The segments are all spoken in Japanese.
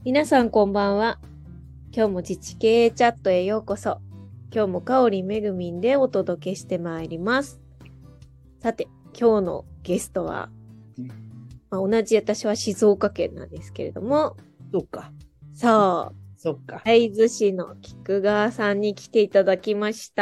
皆さんこんばんは。今日も自治経営チャットへようこそ。今日もかおりめぐみんでお届けしてまいります。さて、今日のゲストは、同じ私は静岡県なんですけれども、 そうか。 そう、 そっか。 焼津市の菊川さんに来ていただきました。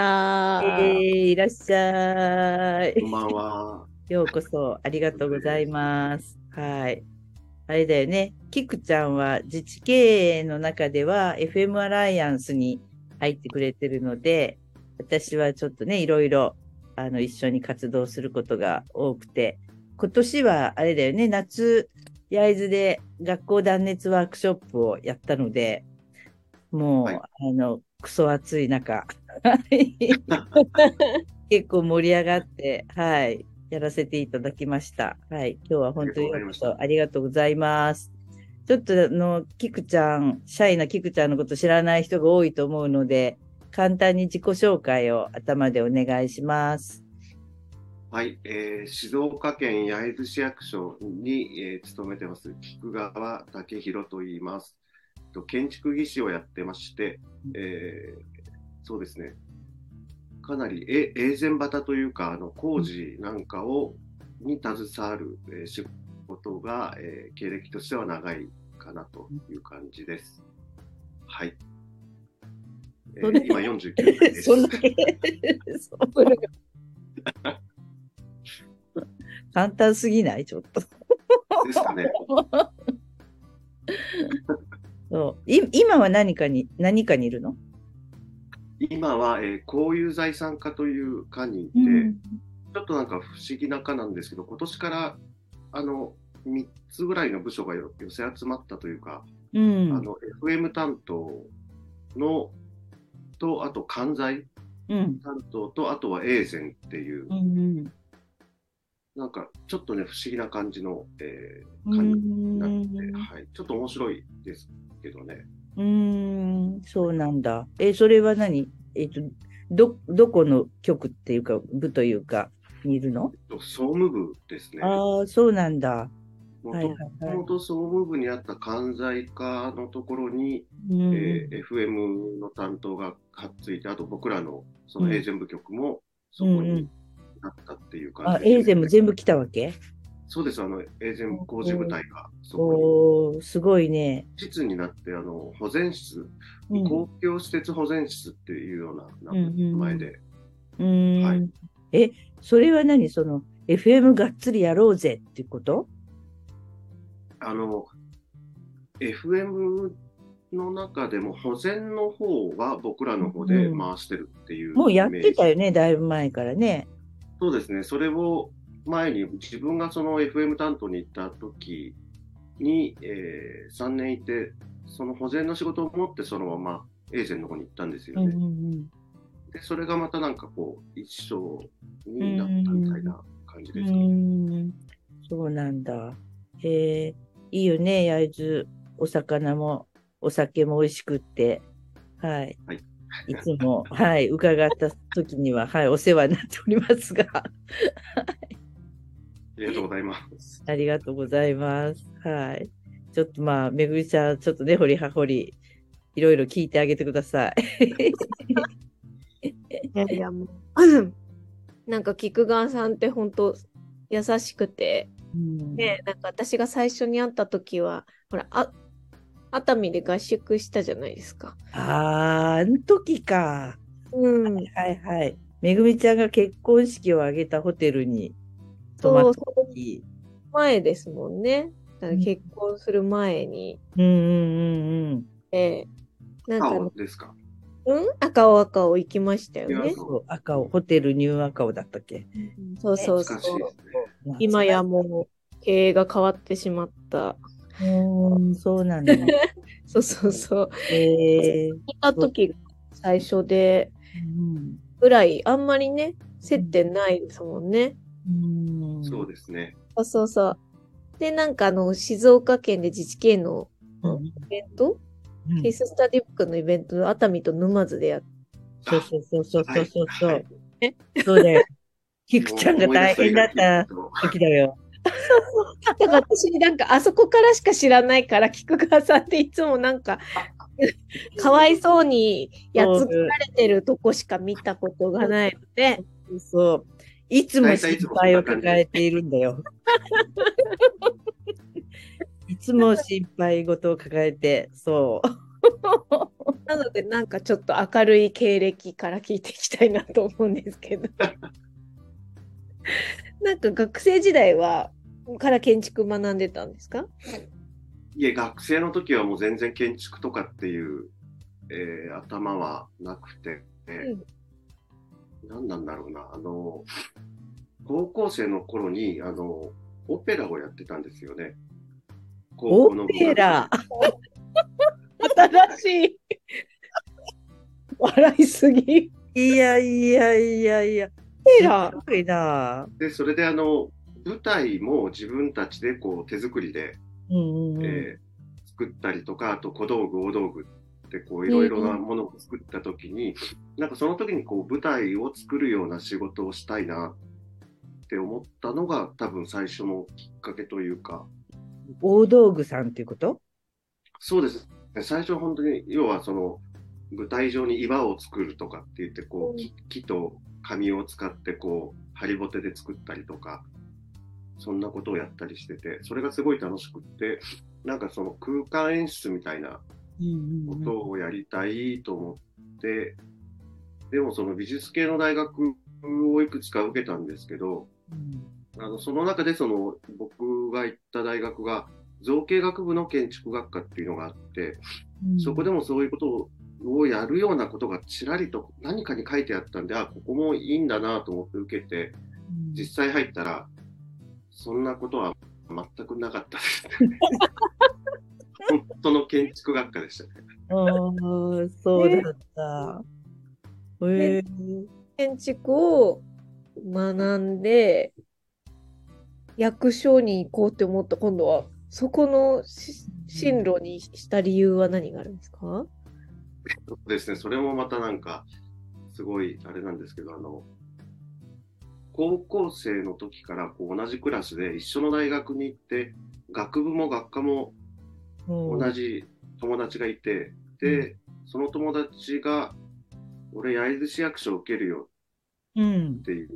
いらっしゃい。 こんばんは。 ようこそ、ありがとうございます。はい。あれだよね。キクちゃんは自治経営の中では FM アライアンスに入ってくれてるので、私はちょっとね、いろいろ、一緒に活動することが多くて、今年はあれだよね、夏、焼津で学校断熱ワークショップをやったので、もう、 はいクソ暑い中、結構盛り上がって、はい、やらせていただきました。はい、今日は本当にようこそありがとうございます。ちょっとキクちゃん、シャイなキクちゃんのこと知らない人が多いと思うので、簡単に自己紹介を頭でお願いします。 はい、静岡県焼津市役所に、勤めてます、菊川武弘と言います。建築技師をやってまして、そうですね、かなり永前端というか、工事なんかに携わる、仕事が、経歴としては長いかなという感じです。はい。今49歳です。 そんだけ簡単すぎないちょっと。 ですかね。 そう今は何かにいるの？ 今は、公有財産課という課にいて、ちょっとなんか不思議な課なんですけど、今年から3つぐらいの部署が寄せ集まったというか、FM 担当と、あと関西担当と、あとは永前っていう、なんかちょっとね、不思議な感じの、課になって、はい、ちょっと面白いですけどね。 そうなんだ。それは何？どこの局っていうか、部というか、にいるの？ 総務部ですね。 ああ、そうなんだ。 もともと総務部にあった関西課のところに、FM の担当がはっついて、あと僕らのそのエーゼン部局もそこになったっていう感じです、ね。 エーゼンも全部来たわけ？ そうです、エーゼン工事部隊がそこに。 すごいね。 室になって、保全室、公共施設保全室っていうような名前で。 はい、それは何？その FM がっつりやろうぜっていうこと？ FM の中でも保全の方は僕らの方で回してるっていう、 もうやってたよね、だいぶ前からね。 そうですね、それを前に自分がその FM 担当に行った時に、3年いて、その保全の仕事を持ってそのままエーゼンの方に行ったんですよね。でそれがまたなんかこう一緒になったみたいな感じですかね。 そうなんだ。いいよね、焼津。お魚もお酒も美味しくって。はい。 はい、 いつも、はい、伺った時には、はい、お世話になっておりますが。ありがとうございます。 ありがとうございます。はい。ちょっとめぐみちゃん、ちょっとね、掘り葉掘り、いろいろ聞いてあげてください。 いやもうなんか菊川さんって本当優しくて、ね、なんか私が最初に会った時はほら熱海で合宿したじゃないですか。 あの時か。はいはい。めぐみちゃんが結婚式を挙げたホテルに泊まった時。 前ですもんね。だから結婚する前に。 なんか赤尾ですか？ 赤尾行きましたよね。 赤尾、ホテルニュー赤尾だったっけ？ そうそうそう。今やもう経営が変わってしまった。 そうなんだね。 そうそうそう。聞いた時が最初で、ぐらいあんまりね、接点ないですもんね。 そうですね。 そうそう。で、なんか静岡県で自治系のイベント、ケーススタディブックのイベント、熱海と沼津でやって。 そう。そうだよ。キクちゃんが大変だった時だよ。 だから私なんかあそこからしか知らないから、菊川さんっていつもなんか、かわいそうにやっつけられてるとこしか見たことがないので、 そう。いつも心大体いつもそん配をな感じ抱えているんだよ。いつも心配事を抱えて、そう。 なのでなんかちょっと明るい経歴から聞いていきたいなと思うんですけど。なんか学生時代から建築学んでたんですか？ いえ、学生の時はもう全然建築とかっていう、頭はなくて、何なんだろうな。高校生の頃に、オペラをやってたんですよね。高オ校の部ペラ。 新しい。笑いすぎ。 いやいやいやいや。 オペラ。 すごいな。 で、それで舞台も自分たちでこう手作りで、作ったりとか、あと小道具、大道具ってこういろいろなものを作った時に、なんかその時にこう舞台を作るような仕事をしたいなって思ったのが多分最初のきっかけというか。 大道具さんっていうこと？ そうです。最初は本当に、要はその舞台上に岩を作るとかって言って、こう木と紙を使ってこうハリボテで作ったりとか、そんなことをやったりしてて、それがすごい楽しくって、なんかその空間演出みたいなことをやりたいと思って、でもその美術系の大学をいくつか受けたんですけど、その中でその僕が行った大学が造形学部の建築学科っていうのがあって、そこでもそういうことをやるようなことがちらりと何かに書いてあったんで、ここもいいんだなと思って受けて、実際入ったらそんなことは全くなかったですね。本当の建築学科でしたね。 そうだった。 建築を学んで役所に行こうって思った今度はそこの進路にした理由は何があるんですか？ そうですね、それもまたなんかすごいあれなんですけど、高校生の時からこう同じクラスで一緒の大学に行って、学部も学科も同じ友達がいて、で、その友達が、俺、焼津市役所受けるよって言って、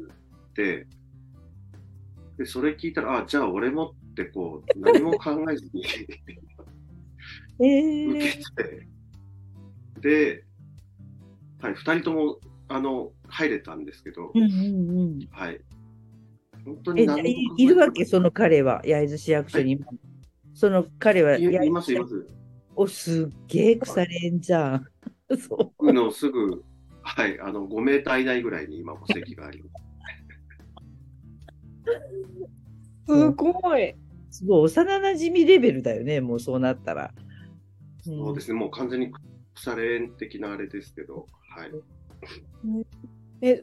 で、それ聞いたら、じゃあ俺もってこう、何も考えずに受けて、で、はい、2人とも、入れたんですけど、はい。本当に何もいるわけ、その彼は、焼津市役所に。その彼は、 います。 すっげえ腐れんじゃん。 僕のすぐ、はい、5メーター以内ぐらいに今も席があります。 すごい。 すごい幼馴染レベルだよね、もうそうなったら。 そうですね、もう完全に腐れ縁的なあれですけど、はい。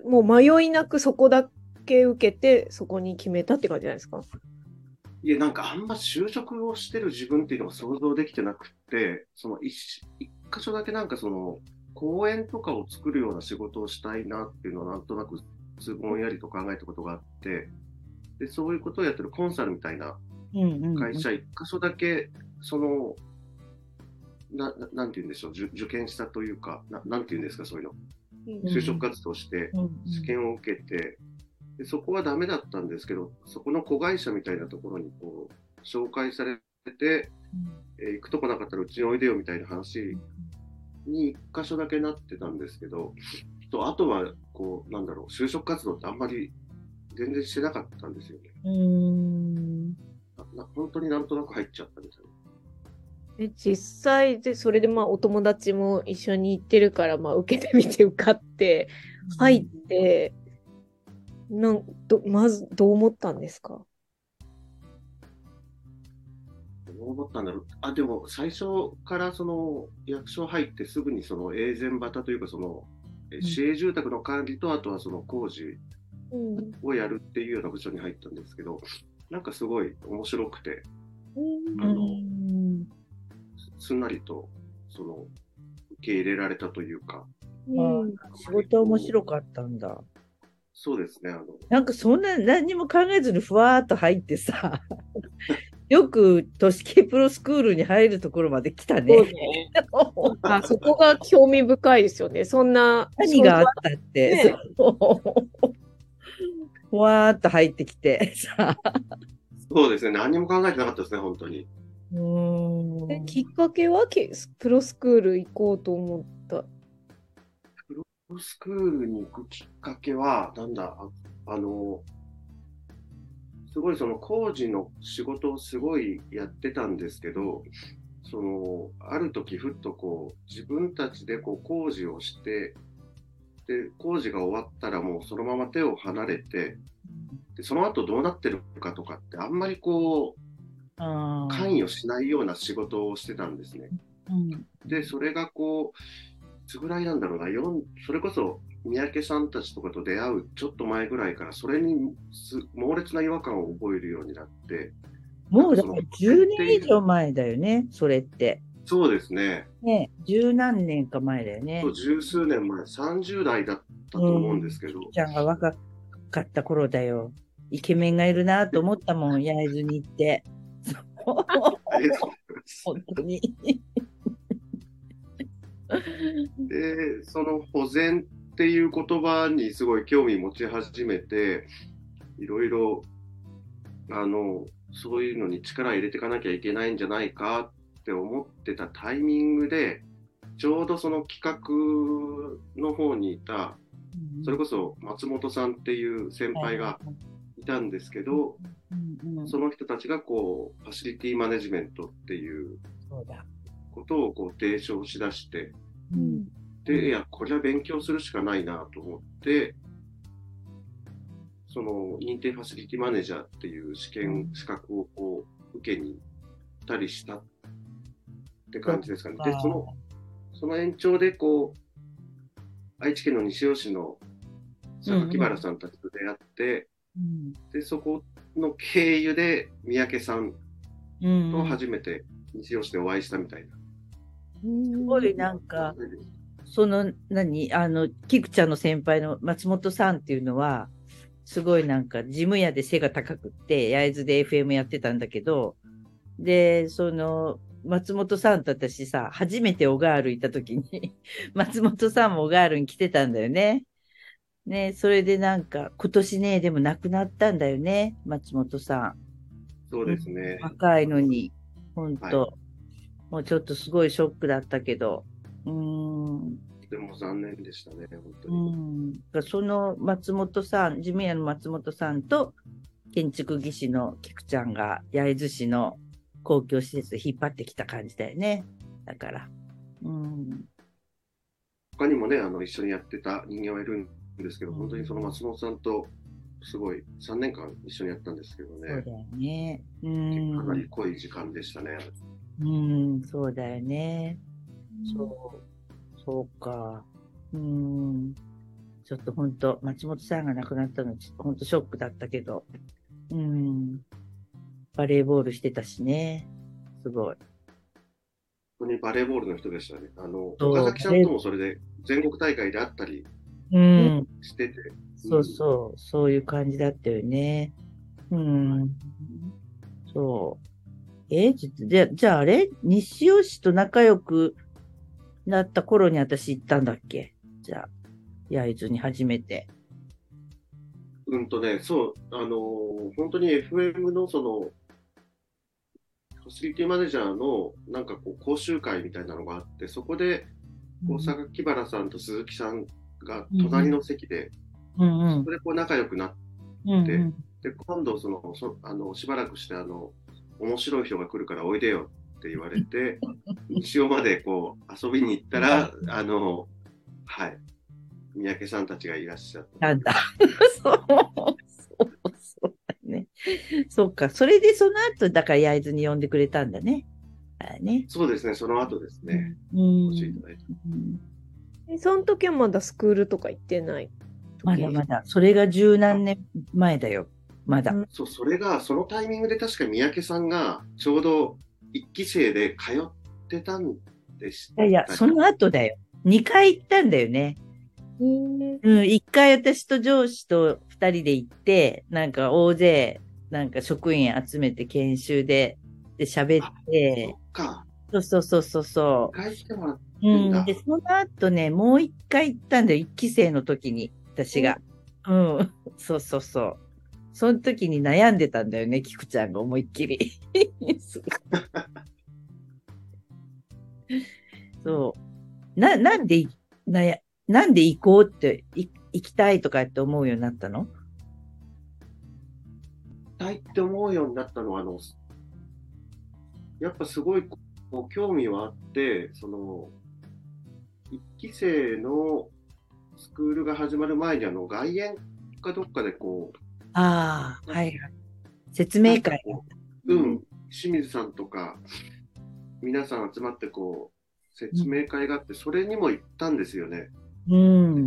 もう迷いなくそこだけ受けて、そこに決めたって感じじゃないですか？ いや、なんかあんま就職をしてる自分っていうのが想像できてなくて、その一箇所だけなんかその公園とかを作るような仕事をしたいなっていうのはなんとなくぼんやりと考えたことがあって、で、そういうことをやってるコンサルみたいな会社一箇所だけ、その、なんて言うんでしょう、受験したというか、なんて言うんですか、そういうの。就職活動して試験を受けて、でそこはダメだったんですけど、そこの子会社みたいなところにこう紹介されて、行くとこなかったらうちにおいでよみたいな話に一箇所だけなってたんですけど、あとはこうなんだろう、就職活動ってあんまり全然してなかったんですよね。本当になんとなく入っちゃったみたいな。 実際でそれでお友達も一緒に行ってるから受けてみて受かって入って、まずどう思ったんですか？ どう思ったんだろう。でも最初からその役所入ってすぐにその永全旗というかその市営住宅の管理とあとはその工事をやるっていうような部署に入ったんですけど、なんかすごい面白くて、すんなりとその受け入れられたというか。 仕事面白かったんだ。 そうですね。 なんかそんな何にも考えずにふわーっと入ってさ、 よく都市系プロスクールに入るところまで来たそうね。 ね。あ、そこが興味深いですよね。そんな、 何があったって、 ねそうふわーっと入ってきてさ。 そうですね。何も考えてなかったですね、本当に。 きっかけはプロスクール行こうと思った。 プロスクールに行くきっかけは、すごいその工事の仕事をすごいやってたんですけど、ある時ふっと自分たちで工事をして、で、工事が終わったらもうそのまま手を離れて、で、その後どうなってるかとかってあんまり関与しないような仕事をしてたんですね。で、それがいつぐらいなんだろうな、それこそ三宅さんたちとかと出会うちょっと前ぐらいからそれに猛烈な違和感を覚えるようになって、 もうだから10年以上前だよね、それって。 そうですね。 ね、十何年か前だよね。 そう、十数年前、30代だったと思うんですけど。 ちゃんが若かった頃だよ。イケメンがいるなと思ったもん、焼津に行って。本当に。 で、その保全っていう言葉にすごい興味持ち始めて、いろいろ、そういうのに力入れていかなきゃいけないんじゃないかって思ってたタイミングで、ちょうどその企画の方にいた、それこそ松本さんっていう先輩がいたんですけど、その人たちがファシリティマネジメントっていうことを提唱しだして、で、いや、これは勉強するしかないなと思って、その認定ファシリティマネージャーっていう資格を受けに行ったりしたって感じですかね。で、その延長で愛知県の西尾市の榊原さんたちと出会って、で、そこの経由で三宅さんと初めて西尾市でお会いしたみたいな。 すごいなんか、菊ちゃんの先輩の松本さんっていうのは、すごいなんか事務屋で背が高くって、焼津で FM やってたんだけど、で、松本さんと私さ、初めて小川原行った時に、松本さんも小川原に来てたんだよね。ね、それでなんか、今年ね、でも亡くなったんだよね、松本さん。 そうですね。 若いのに、本当、はい、もうちょっとすごいショックだったけど、 でも残念でしたね、本当に。 その松本さん、事務屋の松本さんと、建築技師の菊ちゃんが焼津市の公共施設で引っ張ってきた感じだよね。だから。 他にもね、一緒にやってた人間はいるんですけど、本当にその松本さんと、すごい3年間一緒にやったんですけどね。 そうだよね。 かなり濃い時間でしたね。 そうだよね。そうか。ちょっと本当、松本さんが亡くなったの、本当ショックだったけど、バレーボールしてたしね。すごい。 本当にバレーボールの人でしたね。岡崎さんともそれで全国大会であったりしてて。 そういう感じだったよね。そう。じゃああれ西尾市と仲良くなった頃に私行ったんだっけ？じゃあ、焼津に初めて。 そう、本当に FM のファシリティマネージャーのなんか講習会みたいなのがあって、そこで榊原さんと鈴木さんが隣の席で、そこで仲良くなって、で今度しばらくして面白い人が来るからおいでよって言われて西尾まで遊びに行ったら三宅さんたちがいらっしゃった。 なんだ。そうだね。そうか。それでその後、だから焼津に呼んでくれたんだね。 そうですね、その後ですね。教えていただいた。その時はまだスクールとか行ってない？ まだ。それが十何年前だよ。まだ。 それが、そのタイミングで確か三宅さんがちょうど1期生で通ってたんでした。 いや、その後だよ。2回行ったんだよね。1回私と上司と2人で行って、なんか大勢なんか職員集めて研修で喋っそて、 っか。 そう。 一回来てもらってんだ。 で、その後ね、もう一回行ったんだよ。一期生の時に、私が。そう。その時に悩んでたんだよね、菊ちゃんが思いっきり。そう。なんで、なんで行こうって、行きたいとかって思うようになったの？ たいって思うようになったのは、やっぱすごいこう興味はあって、一期生のスクールが始まる前に、外苑かどっかでああ、はいはい。説なんか明会。 清水さんとか、皆さん集まって説明会があって、それにも行ったんですよね。 うん。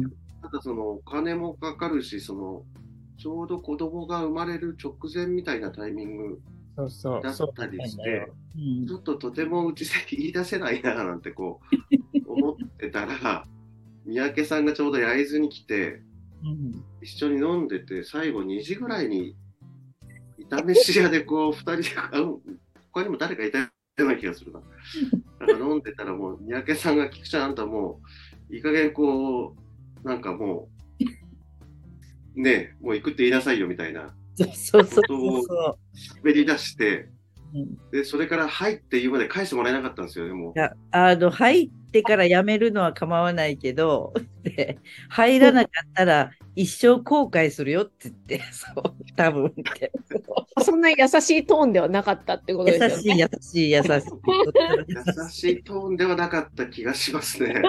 ただお金もかかるし、ちょうど子供が生まれる直前みたいなタイミングそう。 だったりして、 うんちょっととてもうちで言い出せないななんて思ってたら、三宅さんがちょうど焼津に来て、一緒に飲んでて、最後2時ぐらいに、炒めし屋で2人で、他にも誰かいたような気がするな。なんか飲んでたらもう、三宅さんが、菊ちゃん、あんたもう、いい加減なんかもう、ねえ、もう行くって言いなさいよみたいなそう。 ことを滑り出して、で、それから入って言うまで返してもらえなかったんですよね、もう。 入ってから辞めるのは構わないけど、で入らなかったら一生後悔するよって言って、多分って。 そんな優しいトーンではなかったってことですよね。 優しい。 優しいトーンではなかった気がしますね。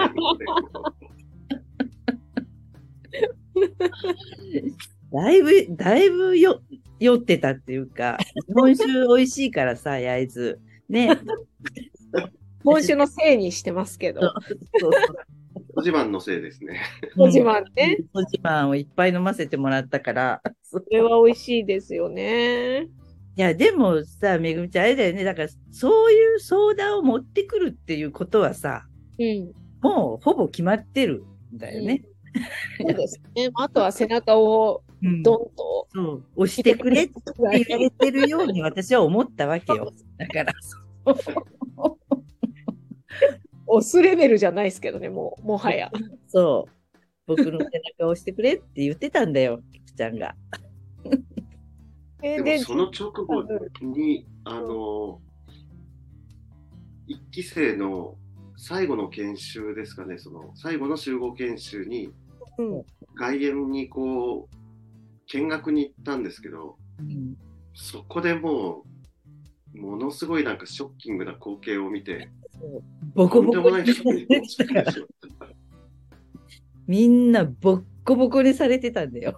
だいぶ酔ってたっていうか、日本酒美味しいからさ、焼津。ね。 今週のせいにしてますけど。 小自慢のせいですね。 小自慢ね。 小自慢をいっぱい飲ませてもらったから。 それは美味しいですよね。 いや、でもさ、めぐみちゃん、あれだよね。だから、そういう相談を持ってくるっていうことはさ、もうほぼ決まってるんだよね。 そうですね。あとは背中をドンと、 押してくれって言われてるように私は思ったわけよ。だから。 押すレベルじゃないですけどね、もはや。 そう。僕の背中を押してくれって言ってたんだよ、菊ちゃんが。 でもその直後に、一期生の最後の研修ですかね、最後の集合研修に、外苑に見学に行ったんですけど、そこでものすごいなんかショッキングな光景を見て、 ボコボコにされてたから。みんなボッコボコにされてたんだよ。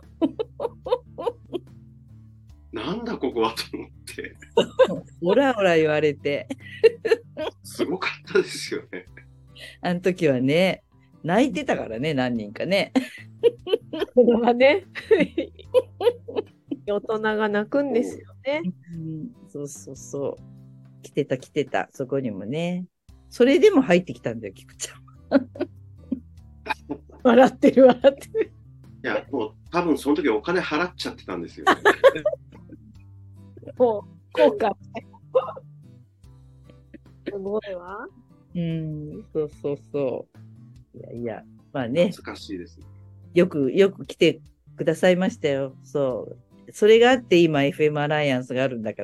なんだここはと思って。 オラオラ言われて。 すごかったですよね。 あの時はね、泣いてたからね、何人かね。 これはね。大人が泣くんですよね。 そう。来てた、そこにもね。それでも入ってきたんだよ、菊ちゃん。 笑ってる。 いや、もう多分その時お金払っちゃってたんですよ、ね。 もう、後悔。すごいわ。 そう。いや、まあね。 難しいです。 よく来てくださいましたよ。そう。それがあって今 FM アライアンスがあるんだから。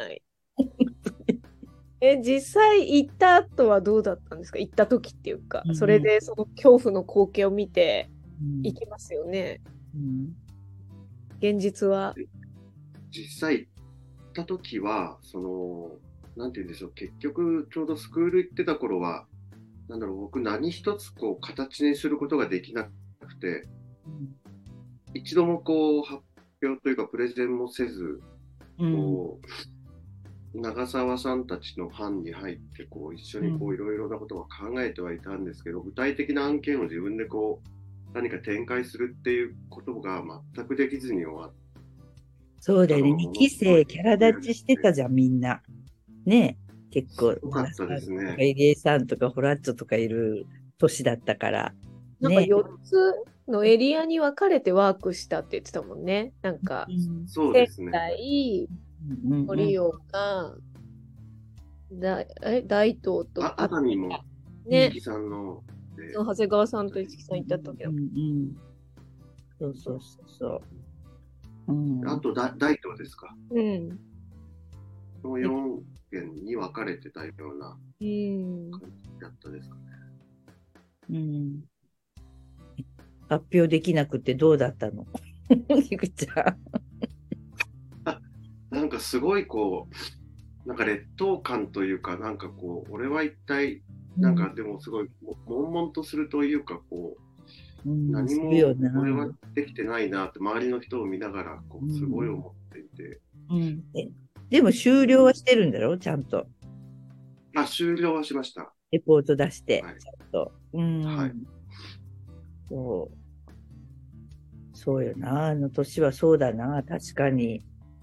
実際行った後はどうだったんですか？行った時っていうか、それでその恐怖の光景を見て行きますよね。現実は。 実際行った時は、なんて言うんでしょう、結局ちょうどスクール行ってた頃は、僕何一つ形にすることができなくて、一度も発表というかプレゼンもせず、長澤さんたちの班に入って一緒にいろいろなことを考えてはいたんですけど、具体的な案件を自分で何か展開するっていうことが全くできずに終わった。 そうだよね。2期生キャラ立ちしてたじゃん、みんな。ね、結構。 よかったですね。 入江さんとかホラッチョとかいる年だったから。 なんか4つのエリアに分かれてワークしたって言ってたもんね。なんか、仙そうですね。 台、 うん盛岡、大東とあ、熱海も、 ね、 木さんの、 長谷川さんと市木さん行った時だ。 そうそうそうそう。 あと大東ですか。 うん。 その4県に分かれてたようなうん。 感じだったですかね。 発表できなくてどうだったのひくちゃん。 なんかすごいこう、なんか劣等感というか、なんかこう、俺は一体、なんかでもすごい、悶々とするというか、こう、何も俺はできてないなって周りの人を見ながら、こう、すごい思っていて。 でも終了はしてるんだろちゃんと。 終了はしました。 レポート出して、 はい、 ちゃんと。 はい。 そうよな。あの年はそうだな。確かに。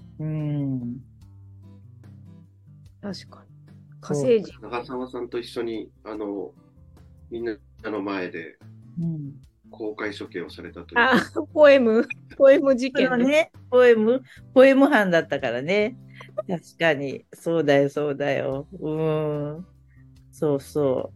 確かに。火星人。 長澤さんと一緒に、みんなの前で、公開処刑をされたという。 ポエム事件ね。ポエム班だったからね。確かに。そうだよ、そうだよ。そうそう。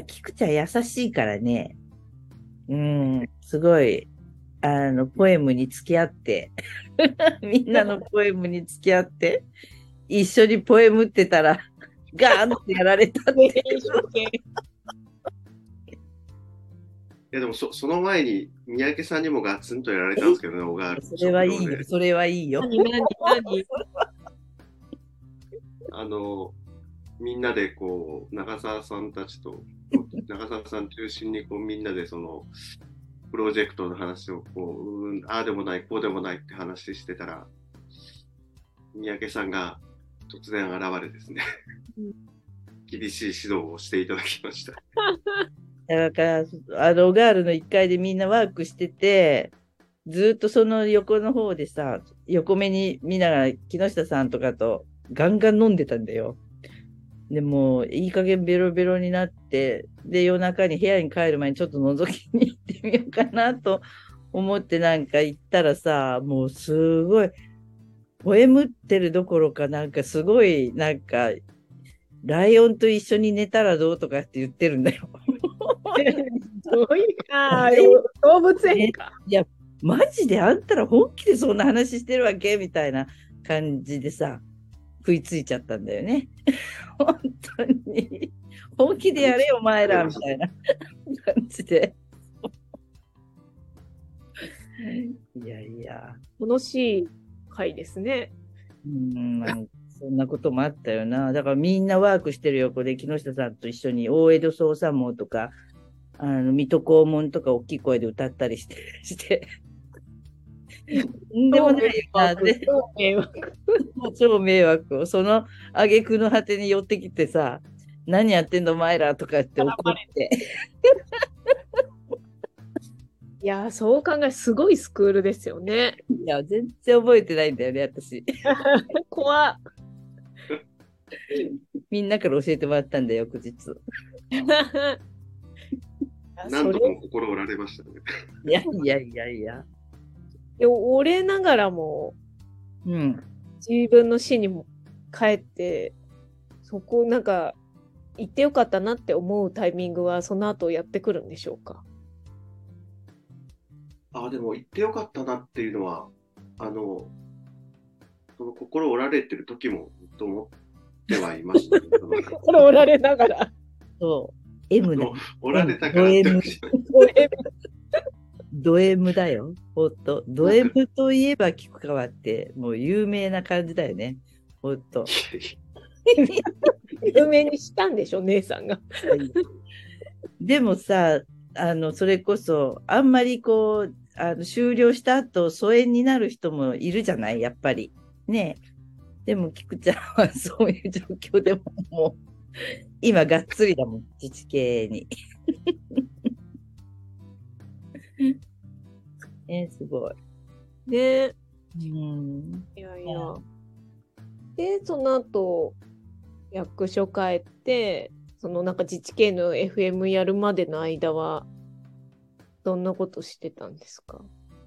キクちゃん優しいからね。すごい、ポエムに付き合って、みんなのポエムに付き合って、一緒にポエムってたら、ガーンってやられたっていう。 いやでもその前に三宅さんにもガツンとやられたんですけどね、小川。 それはいいよ、それはいいよ。 何みんなでこう、長澤さんたちと、長澤さん中心にこうみんなでその、プロジェクトの話をこう、ああでもない、こうでもないって話してたら、三宅さんが突然現れですね、厳しい指導をしていただきました。 だから、オガールの1階でみんなワークしてて、ずっとその横の方でさ、横目に見ながら木下さんとかとガンガン飲んでたんだよ。でも、いい加減ベロベロになって、で、夜中に部屋に帰る前にちょっと覗きに行ってみようかなと思ってなんか行ったらさ、もうすごい、ポエムってるどころかなんかすごい、なんか、ライオンと一緒に寝たらどうとかって言ってるんだよ。 どういうか、動物園か。 いや、マジであんたら本気でそんな話してるわけみたいな感じでさ、食いついちゃったんだよね。本当に。本気でやれよ、お前らみたいな感じで。いやいや。 楽しい回ですね。 そんなこともあったよな。だからみんなワークしてる横で木下さんと一緒に大江戸捜査網とか、水戸黄門とか大きい声で歌ったりして。とんでもないよな。超迷惑を。その挙句の果てに寄ってきてさ、何やってんのお前らとかって怒って。 いや、そう考え、すごいスクールですよね。 いや、全然覚えてないんだよね、私。 怖っ。 みんなから教えてもらったんだよ、翌日。 何度も心折られましたね。 いやいやいやいや。 折れながらも、自分の死にも帰って、そこなんか、行ってよかったなって思うタイミングは、その後やってくるんでしょうか。 でも行ってよかったなっていうのは、その心折られてる時もと思ってはいました、ね。 心折られながら。 そう。M だ。 折られたからって。 ド M だよ。ほんと。ド M といえば菊川って、もう有名な感じだよね。ほんと。 有名にしたんでしょ、姉さんが。 でもさ、それこそ、あんまりこう、終了した後、疎遠になる人もいるじゃないやっぱり。ねでも、菊ちゃんはそういう状況でも、もう、今、がっつりだもん、自治系に。すごい。 ねいやいや。で、その後、役所帰って、そのなんか自治系の FM やるまでの間は、 どんなことしてたんですか？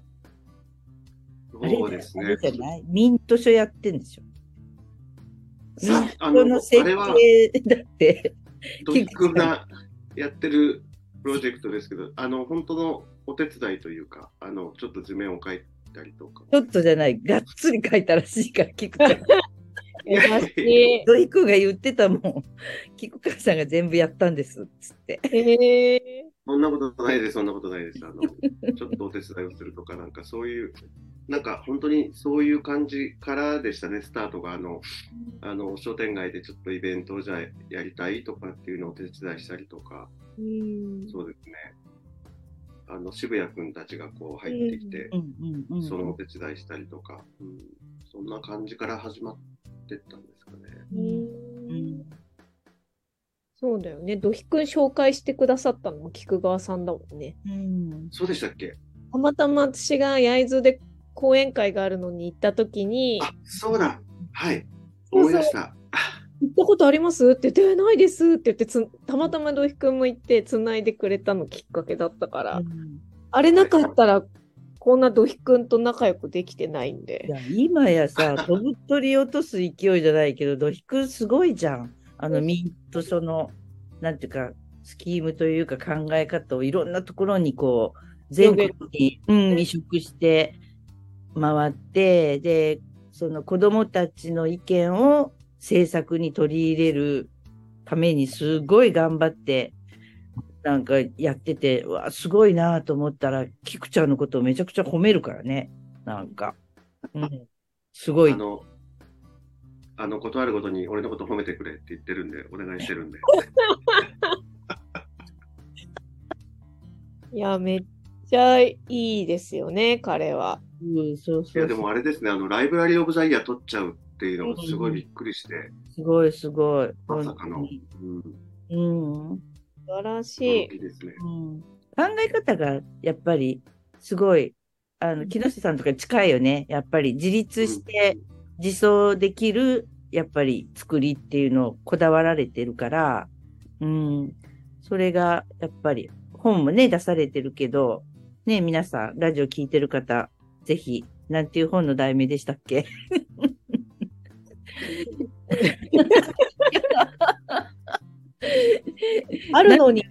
そうですね。 あれじゃないミント書やってんでしょ。ミンあトの設あれは、 計だって、 ドヒ君がやってるプロジェクトですけど、本当のお手伝いというか、ちょっと図面を描いたりとか。 ちょっとじゃない、がっつり書いたらしいから、キクちゃん。 優しい。 土井くんが言ってたもん。キクカさんが全部やったんですっつって。 そんなことないです、そんなことないです。ちょっとお手伝いをするとか、なんかそういう、なんか本当にそういう感じからでしたね、スタートが。商店街でちょっとイベントをじゃあやりたいとかっていうのをお手伝いしたりとか、そうですね。渋谷くんたちがこう入ってきて、そのお手伝いしたりとか、そんな感じから始まってったんですかね。 そうだよね。ドヒくん紹介してくださったのも菊川さんだもんね。 そうでしたっけ？ たまたま私が焼津で講演会があるのに行った時に、 あ、そうだ。はい。思い出した。 行ったことありますって言って、ないですって言って、たまたま土井くんも行って繋いでくれたのきっかけだったから、あれなかったら、こんな土井くんと仲良くできてないんで。 いや今やさ、飛ぶ鳥落とす勢いじゃないけど、土井くんすごいじゃん。ミント書の、なんていうか、スキームというか考え方をいろんなところにこう、全国に、移植して回って、で、その子供たちの意見を政策に取り入れるためにすごい頑張って、なんかやってて、うわ、すごいなと思ったら、キクちゃんのことをめちゃくちゃ褒めるからね。なんか。すごい。 断るごとに俺のこと褒めてくれって言ってるんで、お願いしてるんで。 いや、めっちゃいいですよね、彼は。 そうそう。 いや、でもあれですね、ライブラリー・オブ・ザ・イヤー取っちゃうっていうのがすごいびっくりして。 すごいすごい。 まさかの。 素晴らしい。 ですね。 考え方がやっぱりすごい、木下さんとか近いよね。やっぱり自立して自走できる、やっぱり作りっていうのをこだわられてるから、それがやっぱり本もね、出されてるけど、ね、皆さん、ラジオ聞いてる方、ぜひ、なんていう本の題名でしたっけ？ あるのに。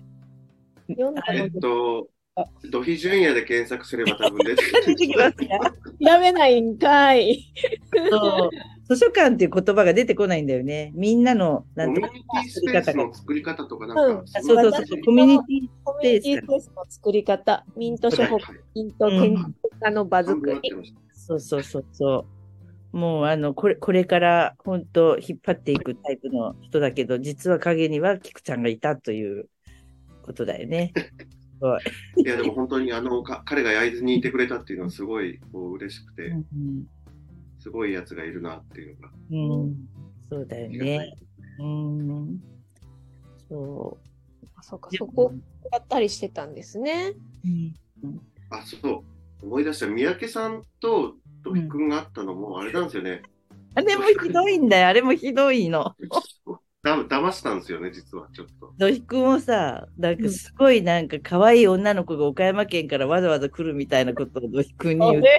ドヒジュンヤで検索すれば多分出てきますね。 調べないんかい。 そう。図書館っていう言葉が出てこないんだよね。みんなの、 なんてコミュニティスペースの作り方とかなんか、 そうそうそう、コミュニティスペースの作り方、ミント書庫、ミント研究家の場作り。 そうそうそうそう。もうこれから本当引っ張っていくタイプの人だけど、実は陰にはキクちゃんがいたということだよね。 いやでも本当に彼が焼津にいてくれたっていうのはすごい嬉しくて、すごいやつがいるなっていうのが。 そうだよね。 そう。そうか、そこやったりしてたんですね。 あ、そう。思い出した。三宅さんと土井くんがあったのもあれなんですよね。 あれもひどいんだよ。あれもひどいの。 騙したんですよね、実はちょっと。 土井くんもさ、なんかすごいなんか可愛い女の子が岡山県からわざわざ来るみたいなことを土井くんに言って、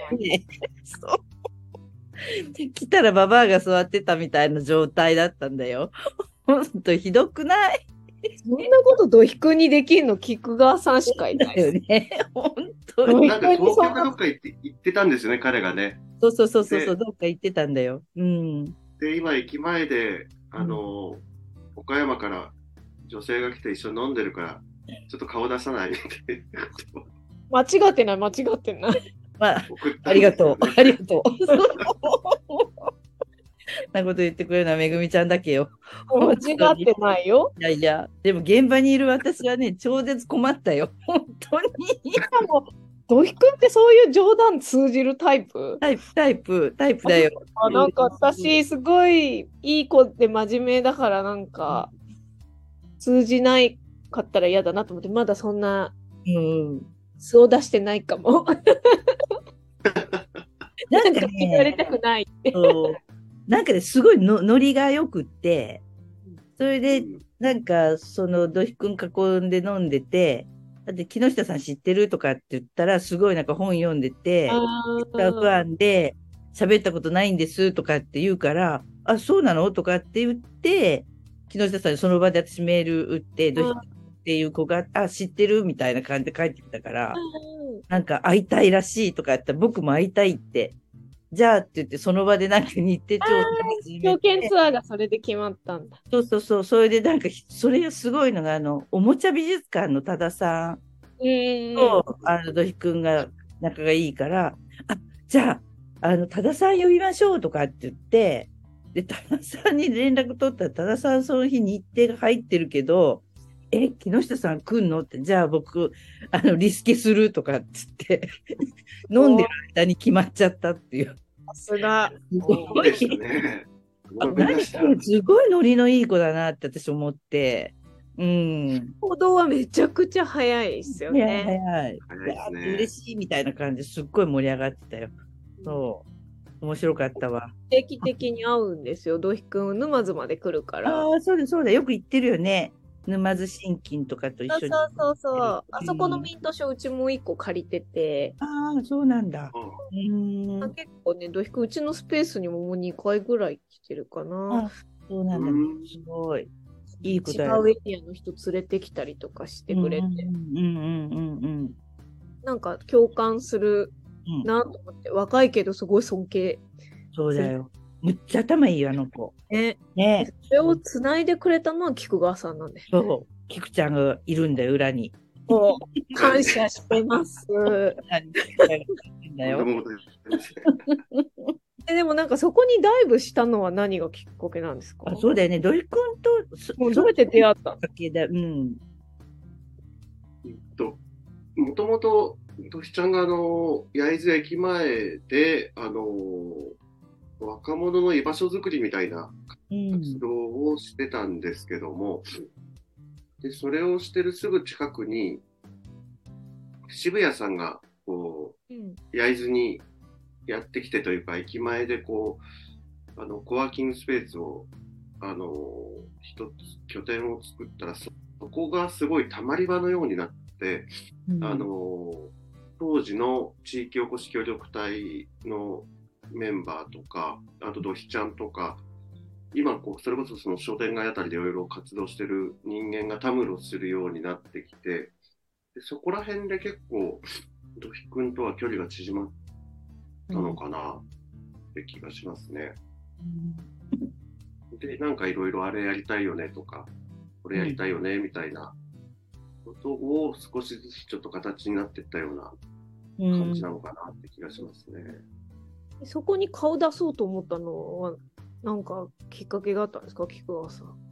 そう来たらババアが座ってたみたいな状態だったんだよ。ほんとひどくない？ そんなこと土井くんにできるの菊川さんしかいないよね。本当に。 なんか東京かどっか行ってたんですよね、彼がね。 そう、どっか行ってたんだよ。 で、今駅前で、岡山から女性が来て一緒に飲んでるから、ちょっと顔出さないみたいな。間違ってない。 まあ、ありがとう。なこと言ってくれるのはめぐみちゃんだけよ。 間違ってないよ。 いや、でも現場にいる私はね、超絶困ったよ。本当に。 しかも、土井くんってそういう冗談通じるタイプタイプだよ。 なんか私、すごいいい子で真面目だから、なんか、通じないかったら嫌だなと思って、まだそんな、素を出してないかも。なんか言われたくないって。 なんかね、すごいノリがよくって、それで、なんか、その、土井くん囲んで飲んでて、 だって木下さん知ってるとかって言ったら、すごいなんか本読んでて、不安で、喋ったことないんですとかって言うから、あ、そうなのとかって言って、木下さんにその場で私メール打って、どうしてっていう子が、あ、知ってるみたいな感じで帰ってきたから、なんか会いたいらしいとか言ったら、僕も会いたいって。じゃあって言って、その場でなんか日程調整始め証券て、 ツアーがそれで決まったんだ。 そうそうそう、それでなんか、それがすごいのが、おもちゃ美術館の多田さんと、土肥くんが仲がいいから、あ、じゃあ、多田さん呼びましょうとかって言って、で、多田さんに連絡取ったら、多田さんその日日程が入ってるけど、木下さん来んのって、じゃあ僕、リスケするとかって言って、飲んでる間に決まっちゃったっていう。 さすが。 すそうでしたね。思い出した。 すごいノリのいい子だなって私思って。うん。 行動はめちゃくちゃ早いですよ早いね。 早い。 早いですね。 嬉しいみたいな感じですっごい盛り上がってたよ。そう。面白かったわ。 定期的に会うんですよ。土肥くん、沼津まで来るから。 ああ、そうだそうだ。よく言ってるよね。沼津新金とかと一緒に。 そう。あそこのミント書うちも一個借りてて。 ああ、そうなんだ。 結構ね、土肥くん、うちのスペースにももう2回ぐらい来てるかな。 そうなんだ。すごい。いい子だよ。違うエリアの人連れてきたりとかしてくれて。なんか共感するなと思って、若いけどすごい尊敬。 そうだよ。むっちゃ頭いいよ、あの子。 ね。それをつないでくれたのは菊川さんなんで。 そう。菊ちゃんがいるんだよ、裏に。 感謝してます。でもなんかそこにダイブしたのは何がきっかけなんですか？ そうだよね。土井くんと、 もうどうやって出会ったの？ もともと、としちゃんが焼津駅前で、若者の居場所づくりみたいな活動をしてたんですけども、でそれをしてるすぐ近くに、渋谷さんがこう、焼津にやってきてというか、駅前でこう、コワーキングスペースを、一つ拠点を作ったら、そこがすごいたまり場のようになって、当時の地域おこし協力隊のメンバーとか、あとドヒちゃんとか、今それこそその商店街あたりでいろいろ活動してる人間がたむろするようになってきて、でそこら辺で結構ドヒ君とは距離が縮まったのかなって気がしますね。で、なんかいろいろあれやりたいよねとか、これやりたいよねみたいなことを少しずつちょっと形になっていったような感じなのかなって気がしますね。 そこに顔出そうと思ったのはなんかきっかけがあったんですか、菊川さん。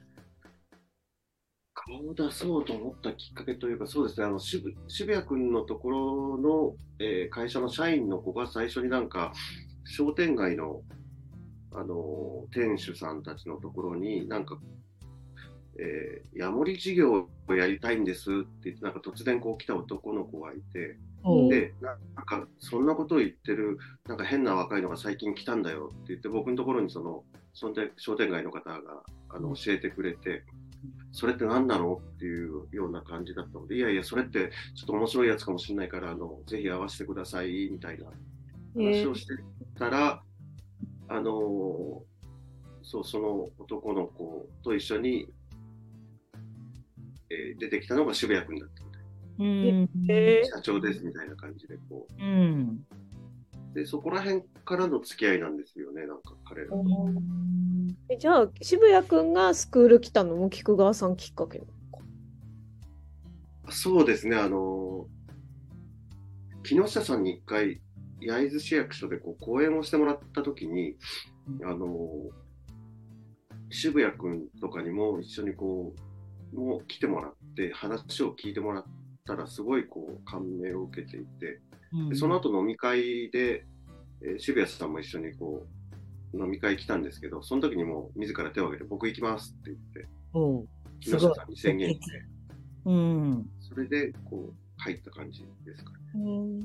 顔出そうと思ったきっかけというか、そうですね、渋谷君のところの、会社の社員の子が最初になんか商店街の店主さんたちのところになんか、ヤモリ事業をやりたいんですって言って、なんか突然こう来た男の子がいて、で、なんかそんなことを言ってるなんか変な若いのが最近来たんだよって言って、僕のところにその商店街の方が教えてくれて、それって何なのっていうような感じだったので、いやいや、それってちょっと面白いやつかもしれないから、ぜひ会わせてくださいみたいな話をしてたら、その男の子と一緒に、出てきたのが渋谷君だったみたいな。社長ですみたいな感じでこう。で、そこら辺からの付き合いなんですよね、なんか彼らと。 じゃあ、渋谷君がスクール来たのも菊川さんきっかけなのか？ そうですね、木下さんに一回、焼津市役所でこう講演をしてもらったときに、渋谷君とかにも一緒にこう、もう来てもらって、話を聞いてもらったら、すごいこう、感銘を受けていて、でその後飲み会で、渋谷さんも一緒にこう、飲み会来たんですけど、その時にもう自ら手を挙げて、僕行きますって言って、木下さんに宣言して、それでこう、入った感じですかね。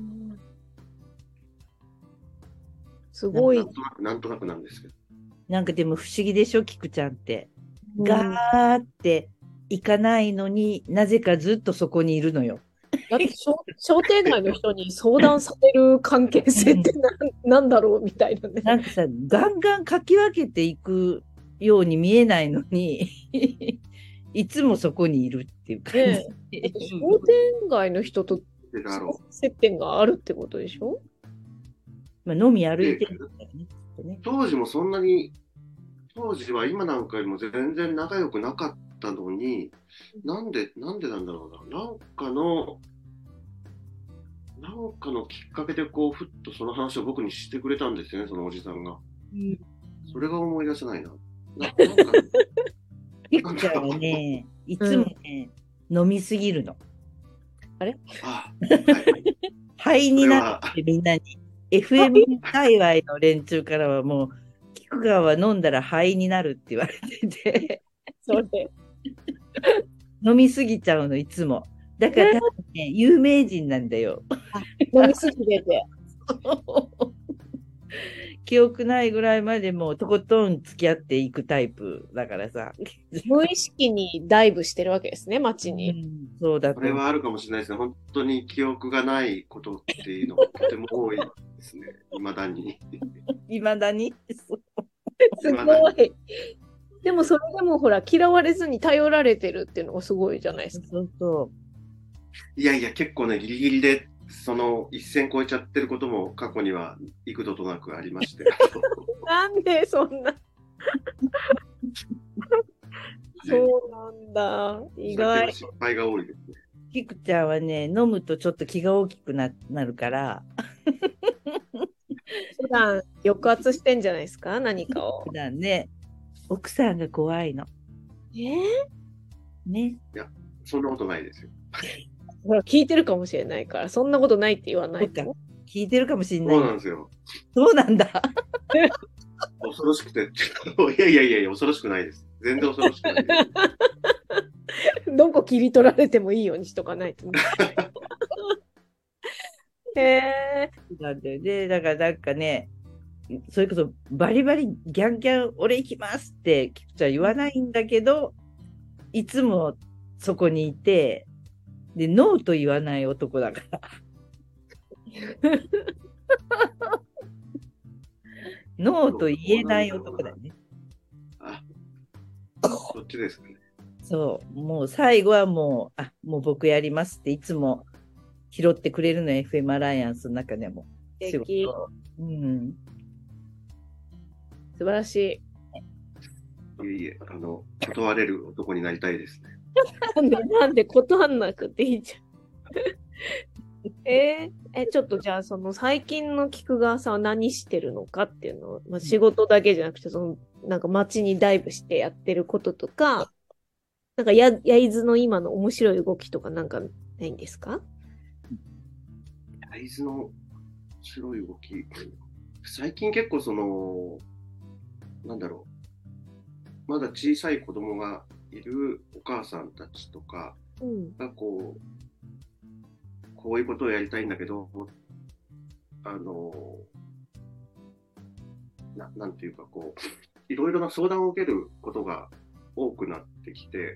すごい。 なんとなくなんですけど。 なんかでも不思議でしょ、菊ちゃんって。ガーって行かないのになぜかずっとそこにいるのよ。 だって商店街の人に相談される関係性ってなんだろうみたいなね。 なんかさ、ガンガンかき分けていくように見えないのに、いつもそこにいるっていう感じ。 だって商店街の人と接点があるってことでしょ？ まあ、飲み歩いてるんだよね、きっとね。 当時もそんなに、当時は今なんかよりも全然仲良くなかったのに、なんでなんだろうな、なんかのきっかけでこう、ふっとその話を僕にしてくれたんですよね、そのおじさんが。それが思い出せないな。 キクちゃんはね、いつもね、飲みすぎるの。 あれ？ はい。 肺になってみんなに、FM 界隈の連中からはもう、菊川は飲んだら肺になるって言われてて、 それ。 飲みすぎちゃうの、いつも。だから多分ね、有名人なんだよ。 飲みすぎてて。 記憶ないぐらいまでもうとことん付き合っていくタイプだからさ。 無意識にダイブしてるわけですね、街に。 そうだと。 これはあるかもしれないですね。本当に記憶がないことっていうのがとても多いですね。未だに。 未だに。 すごい。でもそれでもほら、嫌われずに頼られてるっていうのがすごいじゃないですか。 そうそう。 いやいや、結構ね、ギリギリで、その一線越えちゃってることも過去には幾度となくありまして。 なんでそんな。そうなんだ。意外。 失敗が多いですね。 キクちゃんはね、飲むとちょっと気が大きくなるから。 普段抑圧してんじゃないですか、何かを。 普段ね、奥さんが怖いの。ね。 いや、そんなことないですよ。 ほら、聞いてるかもしれないから、そんなことないって言わないと。 聞いてるかもしれない。 そうなんですよ。 そうなんだ。 恐ろしくて。いや、恐ろしくないです。全然恐ろしくないです。 どこ切り取られてもいいようにしとかないと。 なんだよね。だからなんかね、それこそバリバリギャンギャン俺行きますってキクちゃん言わないんだけど、いつもそこにいて、で、ノーと言わない男だから。ノーと言えない男だよね。 あ、そっちですかね。 そう、もう最後はもう僕やりますっていつも拾ってくれるの、FM アライアンスの中でも。 素敵。 うん。 素晴らしい。 いえ、断れる男になりたいですね。 なんで断んなくていいじゃん。ちょっとじゃあ、その最近の菊川さんは何してるのかっていうのを、まあ、仕事だけじゃなくて、なんか街にダイブしてやってることとか、なんか焼津の今の面白い動きとかなんかないんですか？ 焼津の面白い動き。最近結構なんだろう。まだ小さい子供がいるお母さんたちとかがこういうことをやりたいんだけど、なんていうかいろいろな相談を受けることが多くなってきて、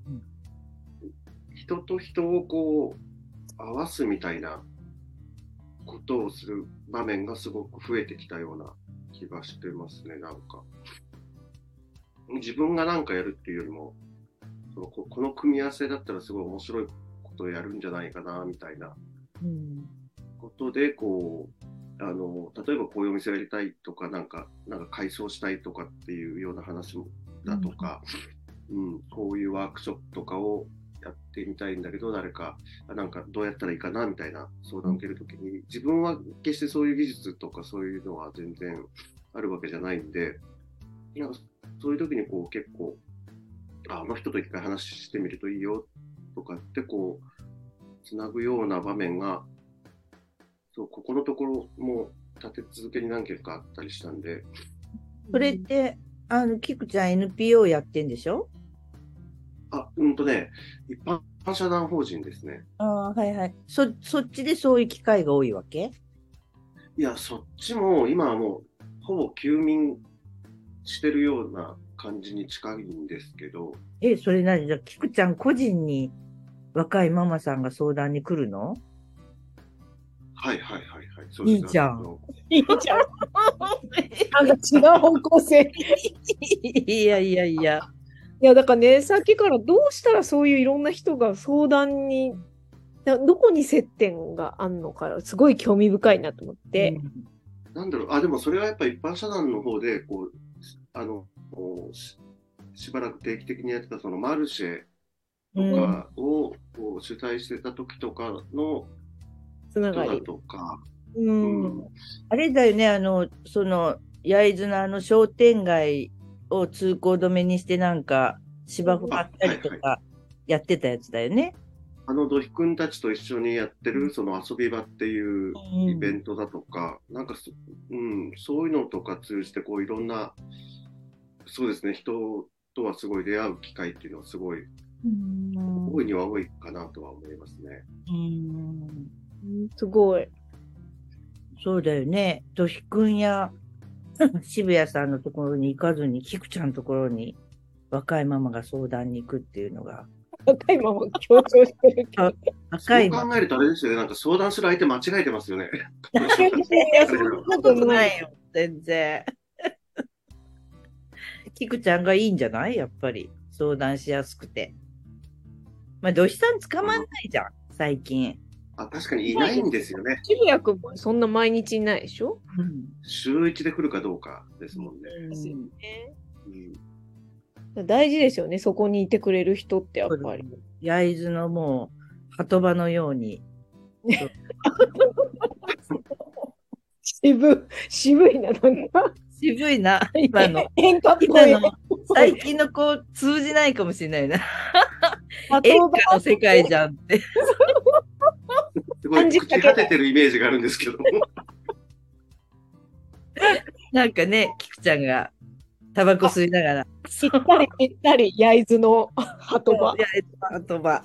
人と人を合わすみたいなことをする場面がすごく増えてきたような気がしてますね。なんか自分が何かやるっていうよりも、この組み合わせだったらすごい面白いことをやるんじゃないかなみたいなことで、例えばこういうお店をやりたいとか、なんか改装したいとかっていうような話だとか、こういうワークショップとかをやってみたいんだけど、誰かなんかどうやったらいいかなみたいな相談を受けるときに、自分は決してそういう技術とかそういうのは全然あるわけじゃないんで、なんかそういう時に結構あの人と一回話してみるといいよとかってつなぐような場面が、ここのところも立て続けに何件かあったりしたんで。 それってキクちゃん NPO やってんでしょ？ 一般社団法人ですね。 はいはい。そっちでそういう機会が多いわけ？ いや、そっちも今はもうほぼ休眠してるような感じに近いんですけど、 それ何じゃあ、キクちゃん個人に若いママさんが相談に来るの？ はいはいはいはい、そうです。 いいじゃん。 いいじゃん。なんか違う方向性。 いやいやいや。 いや、だからね、さっきからどうしたらそういういろんな人が相談に、どこに接点があんのか、すごい興味深いなと思って。 なんだろう、でもそれはやっぱり一般社団の方で、こう、こうしばらく定期的にやってたそのマルシェとかをこう主催してた時とかの人だつながり。 とか、 あれだよね、その、焼津の商店街を通行止めにしてなんか芝生張ったりとかやってたやつだよね。 土肥くんたちと一緒にやってるその遊び場っていうイベントだとか、なんかそういうのとか通じてこういろんな、そうですね、人とはすごい出会う機会っていうのはすごい、多いには多いかなとは思いますね。 すごい。 そうだよね。とひくんや渋谷さんのところに行かずに、キクちゃんのところに若いママが相談に行くっていうのが。 若いママ強調してるけど。 そう考えるとあれですよね、なんか相談する相手間違えてますよね。 いや、そんなことないよ、全然。キクちゃんがいいんじゃない？やっぱり相談しやすくて。まあ、土肥さん捕まんないじゃん、最近。 確かにいないんですよね。 渋谷君もそんな毎日いないでしょ？ 週一で来るかどうかですもんね。 ですよね。大事ですよね、そこにいてくれる人ってやっぱり。 焼津のもう、鳩場のように。 渋いな、なんか。 渋いな、今の。最近の子、通じないかもしれないな。演歌の世界じゃんって。 すごい口立ててるイメージがあるんですけども。 なんかね、キクちゃんがタバコ吸いながら。 ぴったり、焼津の鳩場。 焼津の鳩場。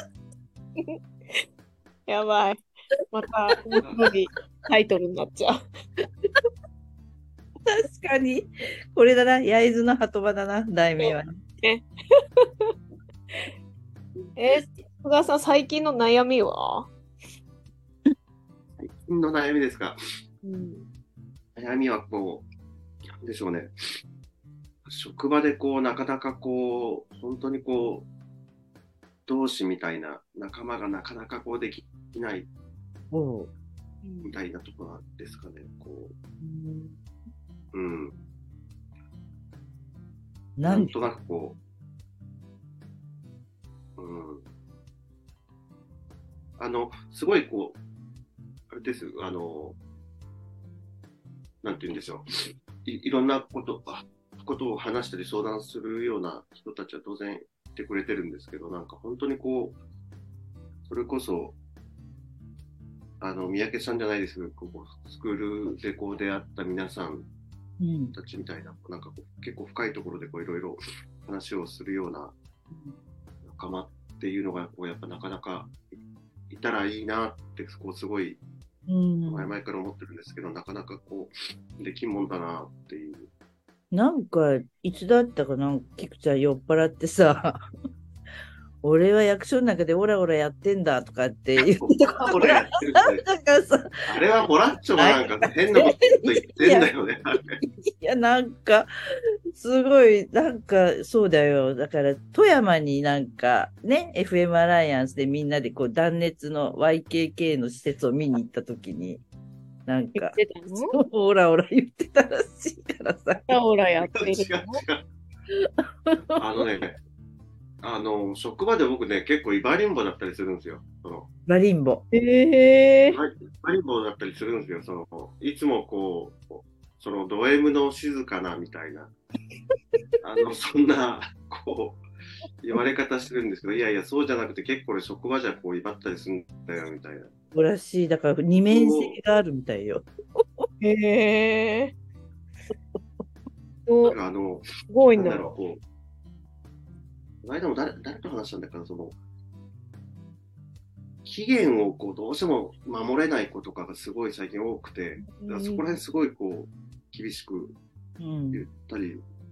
やばい。また、タイトルになっちゃう。 確かに。これだな、焼津の鳩場だな、題名はね。 菅さん、最近の悩みは？ 最近の悩みですか。悩みはなんでしょうね。職場でなかなか本当に同志みたいな仲間がなかなかできないみたいなところですかね。なんとなくすごいあれです、なんて言うんでしょう。いろんなことを話したり相談するような人たちは当然いてくれてるんですけど、なんか本当にそれこそ、三宅さんじゃないですけど、スクールで出会った皆さんたちみたいな、なんか結構深いところでいろいろ話をするような仲間っていうのがやっぱなかなかいたらいいなってすごい前々から思ってるんですけど、なかなかできんもんだなっていう。 なんかいつだったかな、キクちゃん酔っ払ってさ俺は役所の中でオラオラやってんだとかって言ってたことがあれはボラッチョがなんか変なこと言ってんだよね。 いや、なんか、すごい、なんか、そうだよ。だから、富山になんか、ね、FM アライアンスでみんなで断熱の YKK の施設を見に行ったときに、なんか、オラオラ言ってたらしいからさ。 オラやってる。 職場で僕ね、結構イバリンボだったりするんですよ。 バリンボ。 イバリンボだったりするんですよ。いつもド M の静かなみたいな、そんな、言われ方してるんですけど、いやいや、そうじゃなくて結構職場じゃ威張ったりするんだよ、みたいな。 そうらしい。だから二面性があるみたいよ。 へぇー。 すごいな。 この間も誰と話したんだから、期限をどうしても守れない子とかがすごい最近多くて、そこら辺すごい厳しく言ったり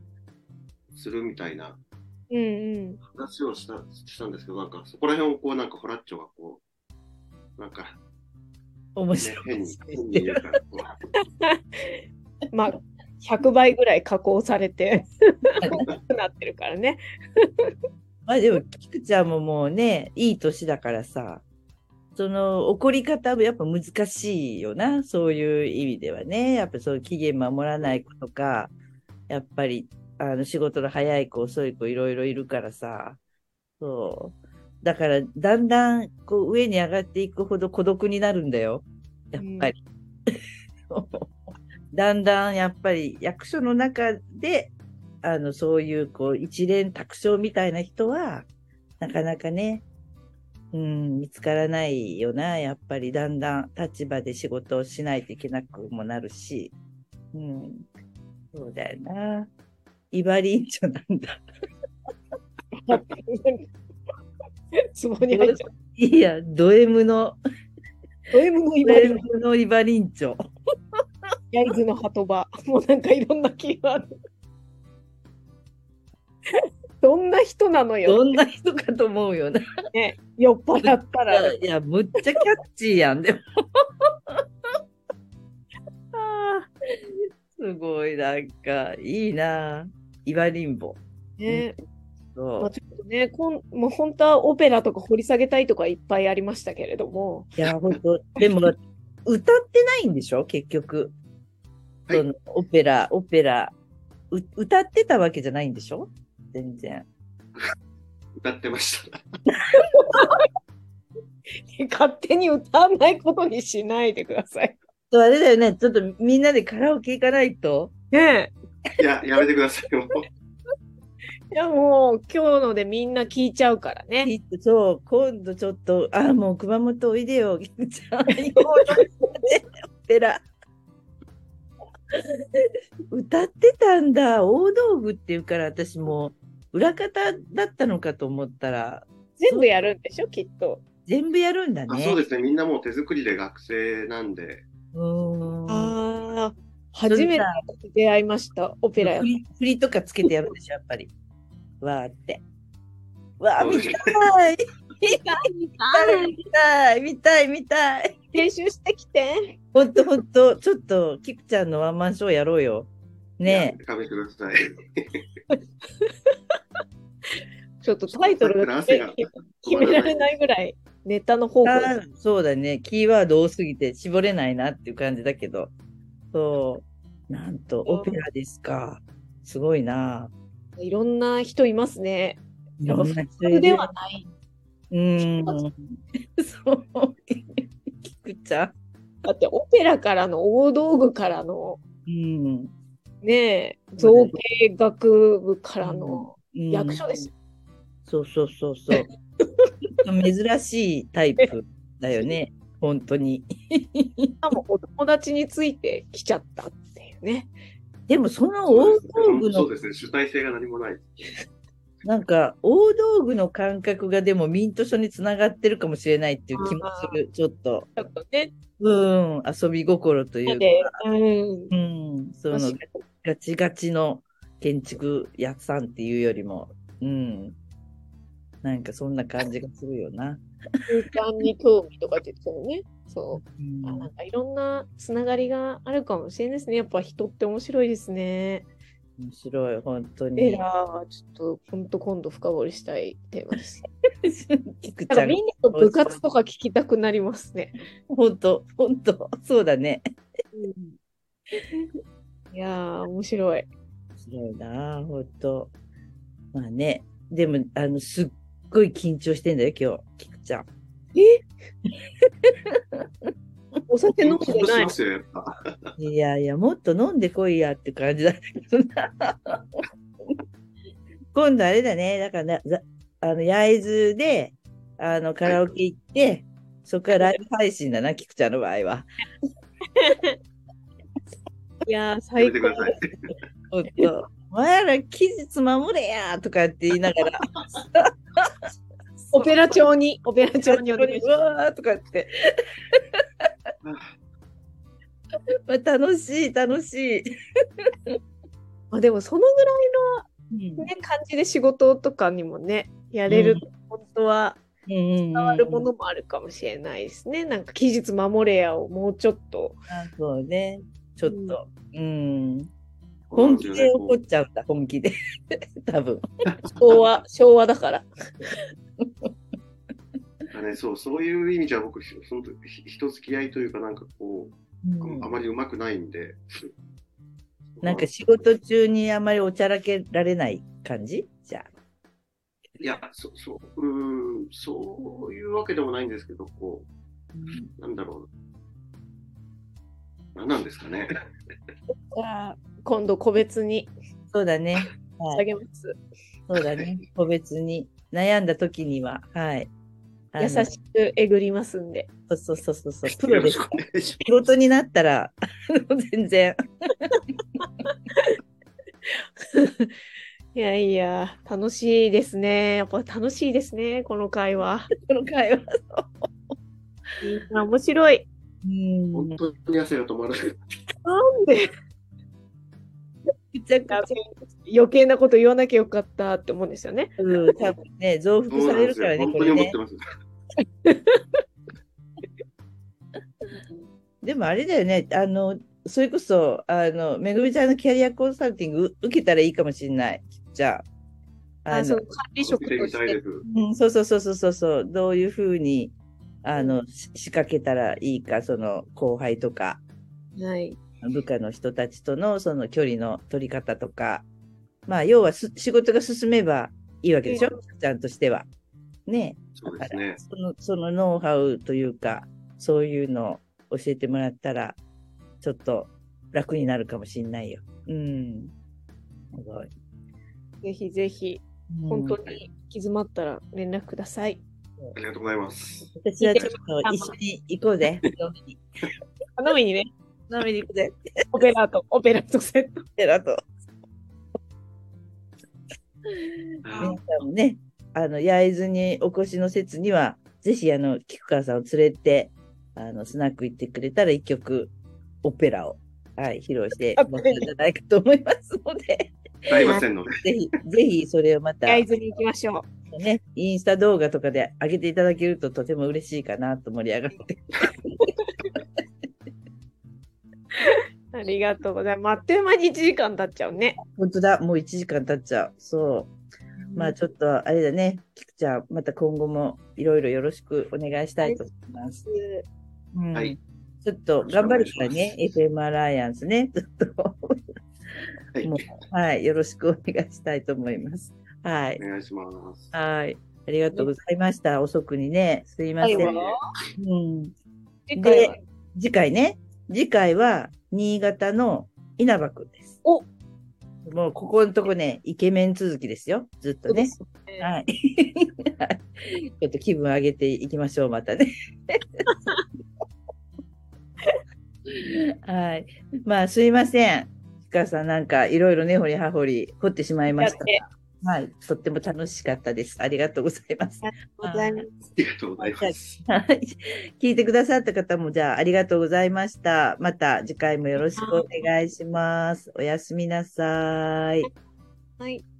するみたいなうんうん。 話をしたんですけど、なんかそこら辺をこうなんかホラッチョがこうなんか、ね、 面白い。 変に言うからこまあ、100倍ぐらい加工されて大きくなってるからね。 まあでも、キクちゃんももうね、いい年だからさ、その怒り方もやっぱ難しいよな、そういう意味ではね。やっぱそういう期限守らない子とか、やっぱり仕事の早い子、遅い子、いろいろいるからさ。そう。だから、だんだんこう上に上がっていくほど孤独になるんだよ。やっぱり。だんだんやっぱり役所の中で、そういうこう一蓮托生みたいな人は、なかなかね、見つからないよな。やっぱりだんだん立場で仕事をしないといけなくもなるし。そうだよな。イバリンチョなんだ。 ツボに入っちゃう。 いや、ド M の、 ド M のドイバリン M のイバリンチョ。 焼津の鳩場。もうなんかいろんなキーワード。どんな人なのよ。 どんな人かと思うよな。 ね、酔っ払ったら。 いや、むっちゃキャッチーやん、でも。あーすごい、なんか、いいな。イバリンボ。 ね、 そうまあ、ちょっとね、もう本当はオペラとか掘り下げたいとかいっぱいありましたけれども。 いや、本当でも、歌ってないんでしょ結局。 はいそのオペラ、歌ってたわけじゃないんでしょ全然。 歌ってました。 勝手に歌わないことにしないでください。 そうあれだよね。ちょっとみんなでカラオケ行かないと。 ねえ。 いや、やめてください。もういやもう今日のでみんな聞いちゃうからね。 そう、今度ちょっと、もう熊本おいでよ、ギクちゃん。行こうよオペラ。歌ってたんだ。大道具っていうから私もう裏方だったのかと思ったら、 全部やるんでしょ、きっと。 全部やるんだね。 そうですね。みんなもう手作りで学生なんで。 ああ、初めて出会いました、オペラや。 振りとかつけてやるでしょ、やっぱり。わーって。わー、見たい見たい練習してきて。 ほんと、ちょっと、キクちゃんのワンマンショーやろうよ。ねえ。勘弁してください。 ちょっとタイトル決められないぐらいネタの方向。 そうだね。キーワード多すぎて絞れないなっていう感じだけど。そう。なんと、オペラですか。すごいな。 いろんな人いますね。 いろんな人いる。ではない。 そう。キクちゃん。 だってオペラからの大道具からの、ねえ、造形学部からの役所ですよ。 そう。珍しいタイプだよね。本当に。 しかもお友達についてきちゃったっていうね。 でもその大道具の。 そうですね。主体性が何もない。 なんか大道具の感覚がでもミント書につながってるかもしれないっていう気もする。ちょっと。 ちょっとね。 遊び心というか。そのガチガチの建築屋さんっていうよりも、なんかそんな感じがするよな。 空間に興味とかって言ってたよね。そう。なんかいろんなつながりがあるかもしれないですね。やっぱ人って面白いですね。 面白い、本当に。 ちょっと本当今度深掘りしたいテーマです。 キクちゃん。 みんなと部活とか聞きたくなりますね。 本当、そうだね。 いやー、面白い。 面白いな、本当。まあね、でも、すっごい緊張してんだよ、今日、キクちゃん。 お酒飲んでない。 いや、もっと飲んでこいやって感じだけどな。今度あれだね、だから焼津で、カラオケ行って、そこからライブ配信だな、キクちゃんの場合は。 いやー、最高。 お前ら期日守れやとかって言いながら。 オペラ帳にお願いします。うわーとかって。楽しい。 でもそのぐらいのね、感じで仕事とかにもね、やれると、本当は伝わるものもあるかもしれないですね。なんか期日守れやをもうちょっと。 そうね。ちょっと。本気で怒っちゃうんだ、本気で。多分。 昭和だから。 そういう意味じゃ僕、本当人付き合いというか、なんかこう、あまりうまくないんで。 なんか仕事中にあまりおちゃらけられない感じじゃあ。 いや、そういうわけでもないんですけど、こう、なんだろう。何なんですかね。 じゃあ、今度個別に。 そうだね。 あげます。 そうだね。個別に。悩んだ時には、はい。 優しくえぐりますんで。 そう。プロです。仕事になったら、全然。 いやいや、楽しいですね。やっぱ楽しいですね、この会話。 この会話。 面白い。 本当に汗が止まらない。 なんで余計なこと言わなきゃよかったって思うんですよね。 多分ね、増幅されるからね、 本当に思ってます。 でもあれだよね、それこそ、めぐみちゃんのキャリアコンサルティング受けたらいいかもしれない。じゃあ。 その管理職として。 そう。どういうふうに、仕掛けたらいいか、その後輩とか、 はい、 部下の人たちとのその距離の取り方とか、まあ、要は仕事が進めばいいわけでしょ、ちゃんとしては。ね。 そうですね。 そのノウハウというか、そういうのを教えてもらったら、ちょっと楽になるかもしれないよ。すごい。 ぜひぜひ、本当に行き詰まったら連絡ください。 ありがとうございます。 私はちょっと一緒に行こうぜ。 飲みにね。 飲みに行くぜ。 オペラートセット。 オペラート。皆さんもね、焼津にお越しの説には、ぜひ、菊川さんを連れて、スナック行ってくれたら一曲、オペラを、はい、披露してもらったんじゃないかと思いますので。 ありませんので。 ぜひ、それをまた。 焼津に行きましょう。ね、インスタ動画とかで上げていただけるととても嬉しいかなと盛り上がって。 ありがとうございます。あっという間に1時間経っちゃうね。 本当だ、もう1時間経っちゃう。そう。まあちょっとあれだね、菊ちゃん、また今後もいろいろよろしくお願いしたいと思います。 はい。 ちょっと頑張るからね、FM アライアンスね。ちょっとはい、よろしくお願いしたいと思います。はい。 お願いします。 はい。ありがとうございました。遅くにね。すいません。で、次回は新潟の稲葉くんです。もうここのとこね、イケメン続きですよ。ずっとね。はい。ちょっと気分上げていきましょう、またね。はい。まあ、すいません。菊川さん、なんかいろいろ根掘り葉掘り掘ってしまいました。はい。とっても楽しかったです。ありがとうございます。 ありがとうございます。 聞いてくださった方も、じゃあ、ありがとうございました。また次回もよろしくお願いします。おやすみなさい。 はい。